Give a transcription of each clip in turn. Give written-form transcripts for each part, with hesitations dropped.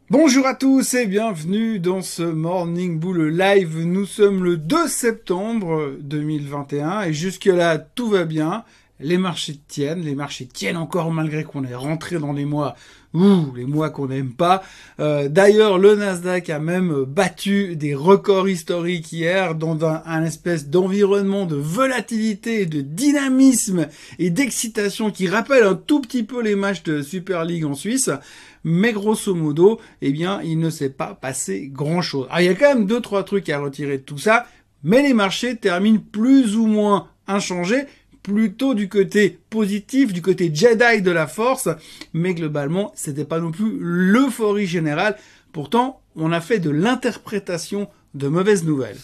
Bonjour à tous et bienvenue dans ce Morning Bull Live. Nous sommes le 2 septembre 2021 et jusque-là tout va bien. Les marchés tiennent encore malgré qu'on est rentré dans les mois qu'on n'aime pas. D'ailleurs, le Nasdaq a même battu des records historiques hier dans un espèce d'environnement de volatilité, de dynamisme et d'excitation qui rappelle un tout petit peu les matchs de Super League en Suisse. Mais grosso modo, eh bien, il ne s'est pas passé grand-chose. Alors, il y a quand même 2-3 trucs à retirer de tout ça, mais les marchés terminent plus ou moins inchangés, plutôt du côté positif, du côté Jedi de la force, mais globalement, c'était pas non plus l'euphorie générale. Pourtant, on a fait de l'interprétation de mauvaises nouvelles.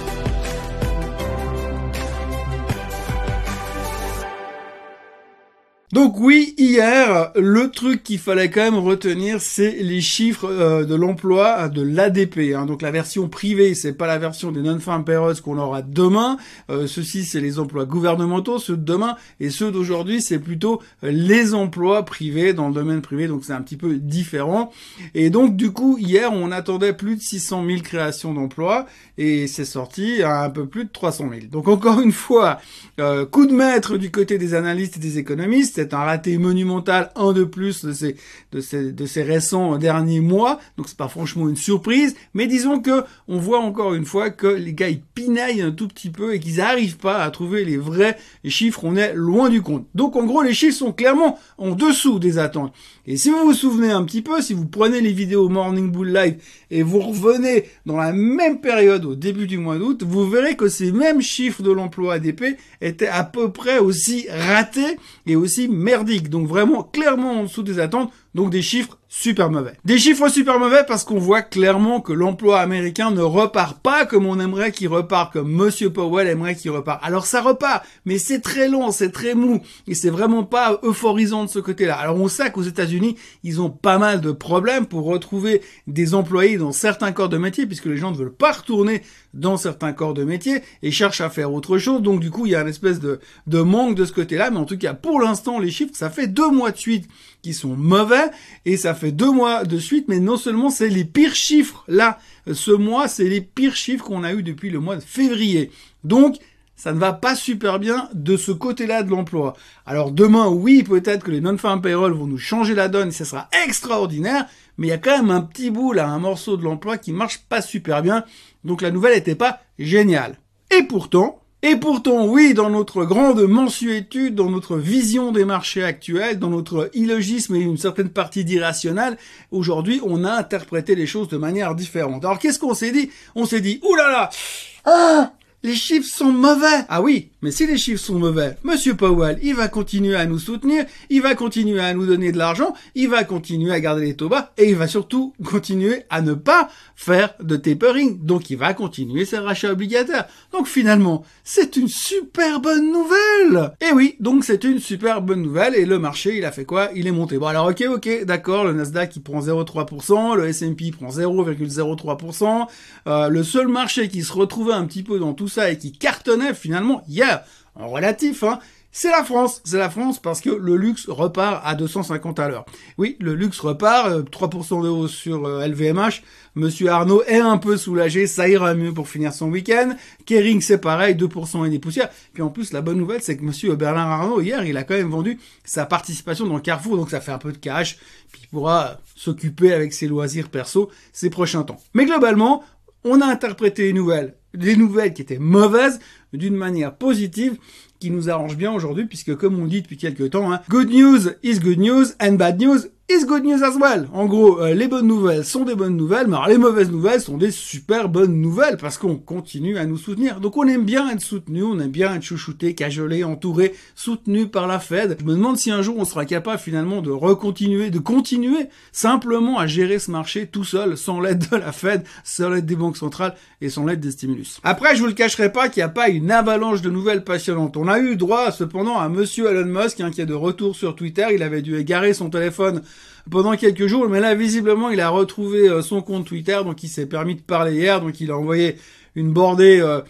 Donc oui, hier, le truc qu'il fallait quand même retenir, c'est les chiffres de l'emploi de l'ADP. Donc la version privée, c'est pas la version des non-farm payrolls qu'on aura demain. Ceux-ci, c'est les emplois gouvernementaux, ceux de demain. Et ceux d'aujourd'hui, c'est plutôt les emplois privés dans le domaine privé. Donc c'est un petit peu différent. Et donc du coup, hier, on attendait plus de 600 000 créations d'emplois. Et c'est sorti à un peu plus de 300 000. Donc encore une fois, coup de maître du côté des analystes et des économistes. C'est un raté monumental, un de plus de ces récents derniers mois. Donc c'est pas franchement une surprise, mais disons que on voit encore une fois que les gars ils pinaillent un tout petit peu et qu'ils n'arrivent pas à trouver les vrais chiffres. On est loin du compte. Donc en gros les chiffres sont clairement en dessous des attentes. Et si vous vous souvenez un petit peu, si vous prenez les vidéos Morning Bull Live et vous revenez dans la même période au début du mois d'août, vous verrez que ces mêmes chiffres de l'emploi ADP étaient à peu près aussi ratés et aussi merdiques. Donc vraiment clairement en dessous des attentes. Donc des chiffres super mauvais. Des chiffres super mauvais parce qu'on voit clairement que l'emploi américain ne repart pas comme on aimerait qu'il repart, comme Monsieur Powell aimerait qu'il repart. Alors ça repart, mais c'est très long, c'est très mou, et c'est vraiment pas euphorisant de ce côté-là. Alors on sait qu'aux États-Unis, ils ont pas mal de problèmes pour retrouver des employés dans certains corps de métier, puisque les gens ne veulent pas retourner dans certains corps de métier et cherchent à faire autre chose. Donc du coup, il y a une espèce de manque de ce côté-là, mais en tout cas, pour l'instant, les chiffres, ça fait 2 mois de suite qui sont mauvais, et ça fait 2 mois de suite, mais non seulement c'est les pires chiffres là, ce mois, c'est les pires chiffres qu'on a eu depuis le mois de février. Donc, ça ne va pas super bien de ce côté-là de l'emploi. Alors demain, oui, peut-être que les non-farm payrolls vont nous changer la donne, et ça sera extraordinaire, mais il y a quand même un petit bout là, un morceau de l'emploi qui marche pas super bien, donc la nouvelle était pas géniale. Et pourtant, oui, dans notre grande mansuétude, dans notre vision des marchés actuels, dans notre illogisme et une certaine partie d'irrationnel, aujourd'hui, on a interprété les choses de manière différente. Alors, qu'est-ce qu'on s'est dit? On s'est dit, oulala, les chiffres sont mauvais. Ah oui, mais si les chiffres sont mauvais, Monsieur Powell, il va continuer à nous soutenir, il va continuer à nous donner de l'argent, il va continuer à garder les taux bas, et il va surtout continuer à ne pas faire de tapering. Donc il va continuer ses rachats obligataires. Donc finalement, c'est une super bonne nouvelle. Et oui, donc c'est une super bonne nouvelle, et le marché, il a fait quoi? Il est monté. Bon alors ok, d'accord, le Nasdaq il prend 0,3%, le S&P prend 0,03%, le seul marché qui se retrouvait un petit peu dans tout ça et qui cartonnait finalement hier, en relatif, c'est la France. C'est la France parce que le luxe repart à 250 à l'heure. Oui, le luxe repart, 3% de hausse sur LVMH. Monsieur Arnaud est un peu soulagé, ça ira mieux pour finir son week-end. Kering, c'est pareil, 2% et des poussières. Puis en plus, la bonne nouvelle, c'est que monsieur Bernard Arnault, hier, il a quand même vendu sa participation dans Carrefour, donc ça fait un peu de cash. Puis il pourra s'occuper avec ses loisirs perso ces prochains temps. Mais globalement, on a interprété des nouvelles qui étaient mauvaises d'une manière positive, qui nous arrange bien aujourd'hui, puisque comme on dit depuis quelques temps, good news is good news and bad news is good news as well. En gros, les bonnes nouvelles sont des bonnes nouvelles, mais alors les mauvaises nouvelles sont des super bonnes nouvelles, parce qu'on continue à nous soutenir. Donc on aime bien être soutenu, on aime bien être chouchouté, cajolé, entouré, soutenu par la Fed. Je me demande si un jour on sera capable finalement de continuer simplement à gérer ce marché tout seul, sans l'aide de la Fed, sans l'aide des banques centrales et sans l'aide des stimulus. Après, je vous le cacherai pas qu'il n'y a pas une avalanche de nouvelles passionnantes. On a eu droit cependant à monsieur Elon Musk, qui est de retour sur Twitter. Il avait dû égarer son téléphone pendant quelques jours, mais là visiblement il a retrouvé son compte Twitter, donc il s'est permis de parler hier, donc il a envoyé une bordée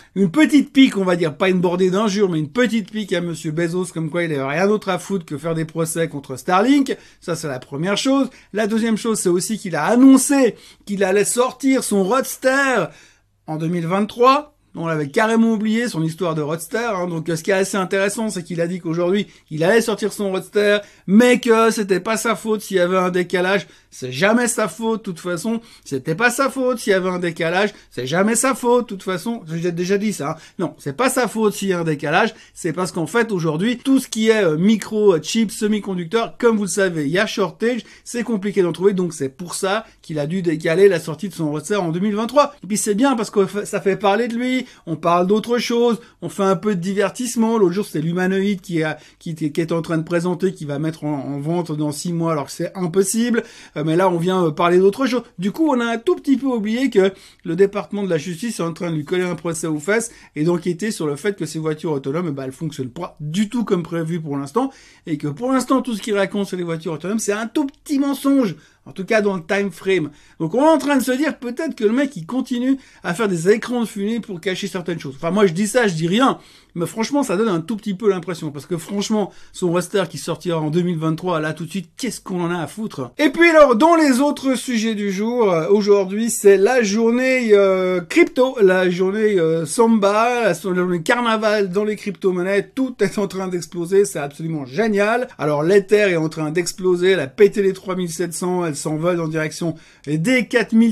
une petite pique, on va dire, pas une bordée d'injures, mais une petite pique à Monsieur Bezos, comme quoi il avait rien d'autre à foutre que faire des procès contre Starlink. Ça, c'est la première chose. La deuxième chose, c'est aussi qu'il a annoncé qu'il allait sortir son Roadster en 2023. On l'avait carrément oublié, son histoire de Roadster. Hein. Donc, ce qui est assez intéressant, c'est qu'il a dit qu'aujourd'hui, il allait sortir son Roadster, mais que c'était pas sa faute s'il y avait un décalage. C'est jamais sa faute, de toute façon. C'était pas sa faute s'il y avait un décalage. C'est jamais sa faute, de toute façon. J'ai déjà dit ça. Hein. Non, c'est pas sa faute s'il y a un décalage. C'est parce qu'en fait, aujourd'hui, tout ce qui est micro-chips, semi-conducteurs, comme vous le savez, il y a shortage. C'est compliqué d'en trouver. Donc, c'est pour ça qu'il a dû décaler la sortie de son Roadster en 2023. Et puis, c'est bien parce que ça fait parler de lui. On parle d'autre chose, on fait un peu de divertissement. L'autre jour, c'était l'humanoïde qui est en train de présenter, qui va mettre en vente dans 6 mois, alors que c'est impossible. Mais là, on vient parler d'autre chose. Du coup, on a un tout petit peu oublié que le département de la justice est en train de lui coller un procès aux fesses et d'enquêter sur le fait que ces voitures autonomes, elles fonctionnent pas du tout comme prévu pour l'instant, et que pour l'instant, tout ce qu'il raconte sur les voitures autonomes, c'est un tout petit mensonge. En tout cas, dans le time frame. Donc, on est en train de se dire peut-être que le mec, il continue à faire des écrans de fumée pour cacher certaines choses. Enfin, moi, je dis ça, je dis rien. Mais franchement, ça donne un tout petit peu l'impression. Parce que franchement, son Roadster qui sortira en 2023, là, tout de suite, qu'est-ce qu'on en a à foutre? Et puis alors, dans les autres sujets du jour, aujourd'hui, c'est la journée crypto, la journée Samba, la journée carnaval dans les crypto-monnaies. Tout est en train d'exploser. C'est absolument génial. Alors, l'Ether est en train d'exploser. Elle a pété les 3700. Elle s'envole en direction des $4000.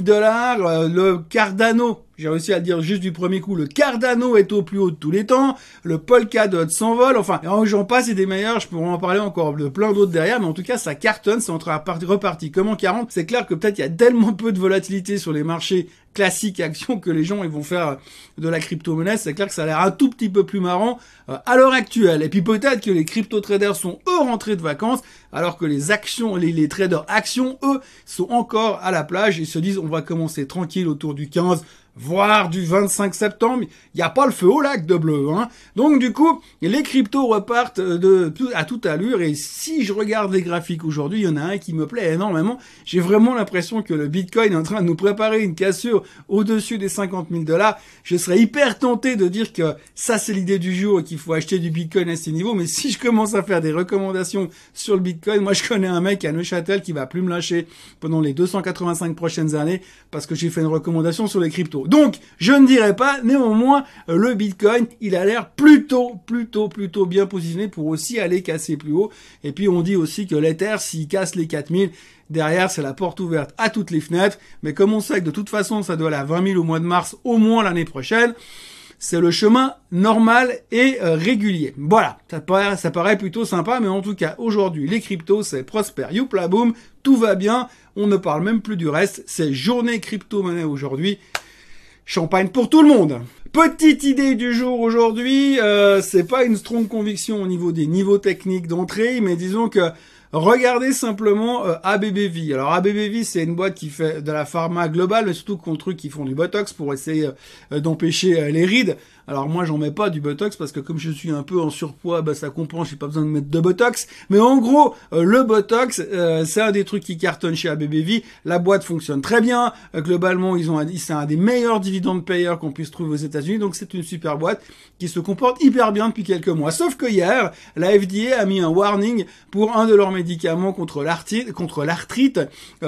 Le Cardano, j'ai réussi à le dire juste du premier coup, le Cardano est au plus haut de tous les temps, le Polkadot s'envole, enfin, j'en passe et des meilleurs, je pourrais en parler encore de plein d'autres derrière, mais en tout cas, ça cartonne, c'est en train de repartir comme en 40. C'est clair que peut-être il y a tellement peu de volatilité sur les marchés classiques actions que les gens ils vont faire de la crypto-monnaie. C'est clair que ça a l'air un tout petit peu plus marrant à l'heure actuelle. Et puis peut-être que les crypto-traders sont eux rentrés de vacances, alors que les actions, les traders actions, eux, sont encore à la plage et se disent on va commencer tranquille autour du 15, voire du 25 septembre. Il n'y a pas le feu au lac de bleu, hein. Donc du coup, les cryptos repartent à toute allure, et si je regarde les graphiques aujourd'hui, il y en a un qui me plaît énormément. J'ai vraiment l'impression que le Bitcoin est en train de nous préparer une cassure au-dessus des $50,000. Je serais hyper tenté de dire que ça c'est l'idée du jour et qu'il faut acheter du Bitcoin à ces niveaux, mais si je commence à faire des recommandations sur le Bitcoin, moi je connais un mec à Neuchâtel qui va plus me lâcher pendant les 285 prochaines années parce que j'ai fait une recommandation sur les cryptos. Donc, je ne dirais pas, néanmoins, le Bitcoin, il a l'air plutôt bien positionné pour aussi aller casser plus haut. Et puis, on dit aussi que l'Ether, s'il casse les 4000, derrière, c'est la porte ouverte à toutes les fenêtres. Mais comme on sait que de toute façon, ça doit aller à 20 000 au mois de mars, au moins l'année prochaine, c'est le chemin normal et régulier. Voilà, ça paraît plutôt sympa, mais en tout cas, aujourd'hui, les cryptos, c'est prospère, youpla boum, tout va bien, on ne parle même plus du reste, c'est journée crypto-monnaie aujourd'hui. Champagne pour tout le monde. Petite idée du jour aujourd'hui, c'est pas une strong conviction au niveau des niveaux techniques d'entrée, mais disons que regardez simplement ABBV. Alors ABBV, c'est une boîte qui fait de la pharma globale, mais surtout contre eux qui font du Botox pour essayer d'empêcher les rides. Alors moi, j'en mets pas du Botox parce que comme je suis un peu en surpoids, bah ça compense, j'ai pas besoin de mettre de Botox. Mais en gros, le Botox, c'est un des trucs qui cartonne chez ABBV. La boîte fonctionne très bien. Globalement, c'est un des meilleurs dividendes payeurs qu'on puisse trouver aux États-Unis. Donc c'est une super boîte qui se comporte hyper bien depuis quelques mois. Sauf que hier, la FDA a mis un warning pour un de leurs médicaments contre l'arthrite.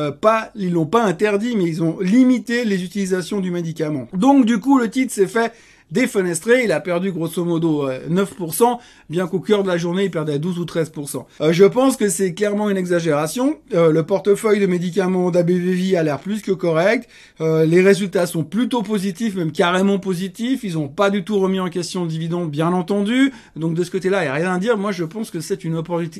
Ils l'ont pas interdit, mais ils ont limité les utilisations du médicament. Donc du coup, le titre s'est fait défenestré, il a perdu grosso modo 9%, bien qu'au cœur de la journée, il perdait 12 ou 13%. Je pense que c'est clairement une exagération. Le portefeuille de médicaments d'ABVV a l'air plus que correct. Les résultats sont plutôt positifs, même carrément positifs. Ils ont pas du tout remis en question le dividende, bien entendu. Donc de ce côté-là, il n'y a rien à dire. Moi, je pense que c'est une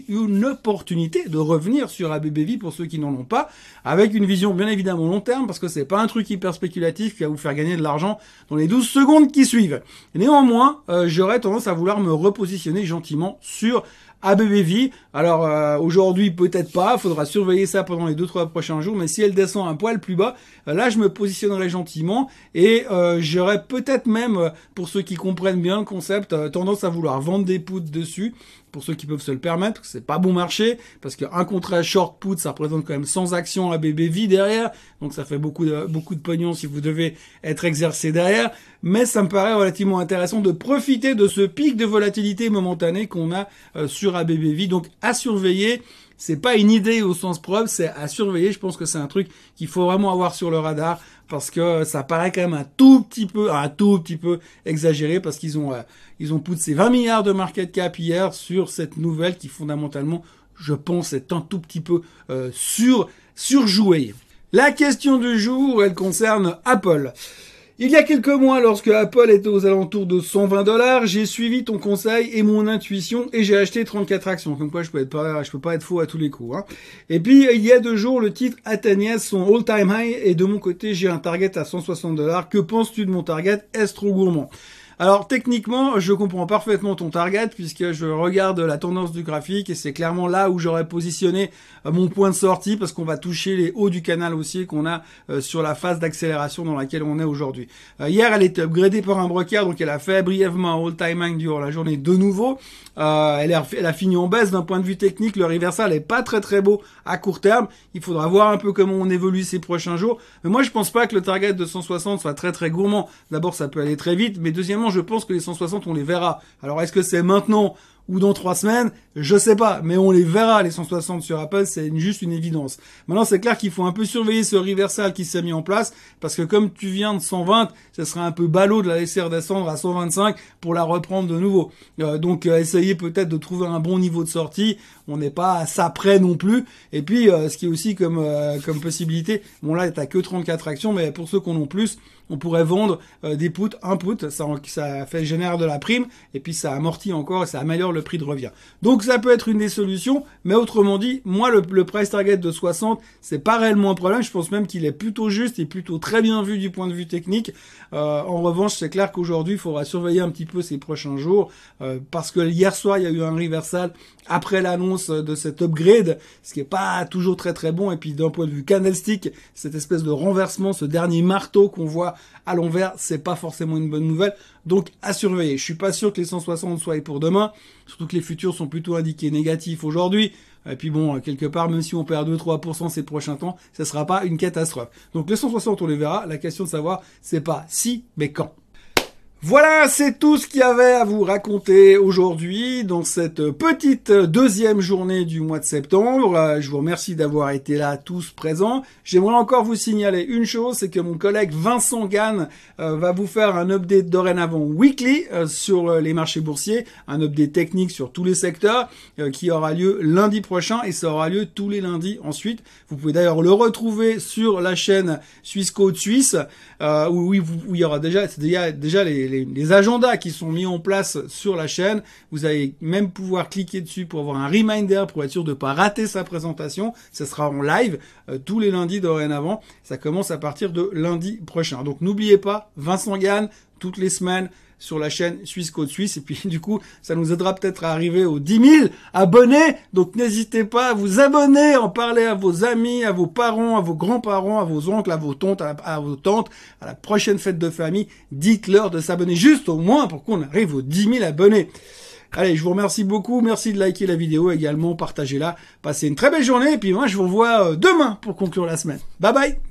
opportunité de revenir sur ABBV pour ceux qui n'en ont pas, avec une vision bien évidemment long terme, parce que c'est pas un truc hyper spéculatif qui va vous faire gagner de l'argent dans les 12 secondes qui suivent. Néanmoins, j'aurais tendance à vouloir me repositionner gentiment sur ABBV. Alors aujourd'hui peut-être pas, faudra surveiller ça pendant les 2-3 prochains jours, mais si elle descend un poil plus bas, là je me positionnerai gentiment et j'aurais peut-être même, pour ceux qui comprennent bien le concept, tendance à vouloir vendre des puts dessus pour ceux qui peuvent se le permettre, c'est pas bon marché, parce qu'un contrat short put, ça représente quand même 100 actions ABBV derrière, donc ça fait beaucoup de pognon si vous devez être exercé derrière, mais ça me paraît relativement intéressant de profiter de ce pic de volatilité momentanée qu'on a sur ABBV, donc à surveiller. C'est pas une idée au sens propre, c'est à surveiller. Je pense que c'est un truc qu'il faut vraiment avoir sur le radar parce que ça paraît quand même un tout petit peu exagéré parce qu'ils ont poussé 20 milliards de market cap hier sur cette nouvelle qui fondamentalement, je pense, est un tout petit peu surjouée. La question du jour, elle concerne Apple. Il y a quelques mois, lorsque Apple était aux alentours de $120, j'ai suivi ton conseil et mon intuition et j'ai acheté 34 actions. Comme quoi, je peux pas être faux à tous les coups, hein. Et puis, il y a 2 jours, le titre atteignait son all-time high et de mon côté, j'ai un target à $160. Que penses-tu de mon target? Est-ce trop gourmand? Alors techniquement, je comprends parfaitement ton target puisque je regarde la tendance du graphique et c'est clairement là où j'aurais positionné mon point de sortie parce qu'on va toucher les hauts du canal haussier qu'on a sur la phase d'accélération dans laquelle on est aujourd'hui. Hier, elle était upgradée par un broker, donc elle a fait brièvement un all-time high durant la journée de nouveau. Elle a fini en baisse d'un point de vue technique. Le reversal est pas très beau à court terme. Il faudra voir un peu comment on évolue ces prochains jours. Mais moi, je pense pas que le target de 160 soit très gourmand. D'abord, ça peut aller très vite, mais deuxièmement, je pense que les 160, on les verra. Alors, est-ce que c'est maintenant ou dans 3 semaines? Je sais pas, mais on les verra, les 160 sur Apple, c'est juste une évidence. Maintenant, c'est clair qu'il faut un peu surveiller ce reversal qui s'est mis en place, parce que comme tu viens de 120, ce serait un peu ballot de la laisser redescendre à 125 pour la reprendre de nouveau. Donc, essayez peut-être de trouver un bon niveau de sortie. On n'est pas à ça près non plus. Et puis, ce qui est aussi comme possibilité, bon là, t'as que 34 actions, mais pour ceux qui en ont plus, on pourrait vendre des puts, un put, ça génère de la prime, et puis ça amortit encore, et ça améliore le prix de revient. Donc ça peut être une des solutions, mais autrement dit, moi le price target de 60, c'est pas réellement un problème, je pense même qu'il est plutôt juste et plutôt très bien vu du point de vue technique. En revanche, c'est clair qu'aujourd'hui, il faudra surveiller un petit peu ces prochains jours, parce que hier soir, il y a eu un reversal après l'annonce de cet upgrade, ce qui est pas toujours très bon, et puis d'un point de vue candlestick, cette espèce de renversement, ce dernier marteau qu'on voit à l'envers, c'est pas forcément une bonne nouvelle. Donc, à surveiller. Je suis pas sûr que les 160 soient pour demain. Surtout que les futurs sont plutôt indiqués négatifs aujourd'hui. Et puis bon, quelque part, même si on perd 2-3% ces prochains temps, ça sera pas une catastrophe. Donc, les 160, on les verra. La question de savoir, c'est pas si, mais quand. Voilà, c'est tout ce qu'il y avait à vous raconter aujourd'hui dans cette petite deuxième journée du mois de septembre. Je vous remercie d'avoir été là tous présents. J'aimerais encore vous signaler une chose, c'est que mon collègue Vincent Gann va vous faire un update dorénavant weekly sur les marchés boursiers, un update technique sur tous les secteurs qui aura lieu lundi prochain et ça aura lieu tous les lundis ensuite. Vous pouvez d'ailleurs le retrouver sur la chaîne Suisse Côte Suisse où il y aura déjà les agendas qui sont mis en place sur la chaîne. Vous allez même pouvoir cliquer dessus pour avoir un reminder pour être sûr de ne pas rater sa présentation. Ça sera en live tous les lundis dorénavant. Ça commence à partir de lundi prochain. Donc n'oubliez pas, Vincent Gann, toutes les semaines sur la chaîne Suisse Côte Suisse. Et puis du coup, ça nous aidera peut-être à arriver aux 10 000 abonnés. Donc n'hésitez pas à vous abonner, en parler à vos amis, à vos parents, à vos grands-parents, à vos oncles, à vos tantes, à vos tantes, à la prochaine fête de famille. Dites-leur de s'abonner juste au moins pour qu'on arrive aux 10 000 abonnés. Allez, je vous remercie beaucoup. Merci de liker la vidéo également, partagez-la. Passez une très belle journée. Et puis moi, je vous revois demain pour conclure la semaine. Bye bye.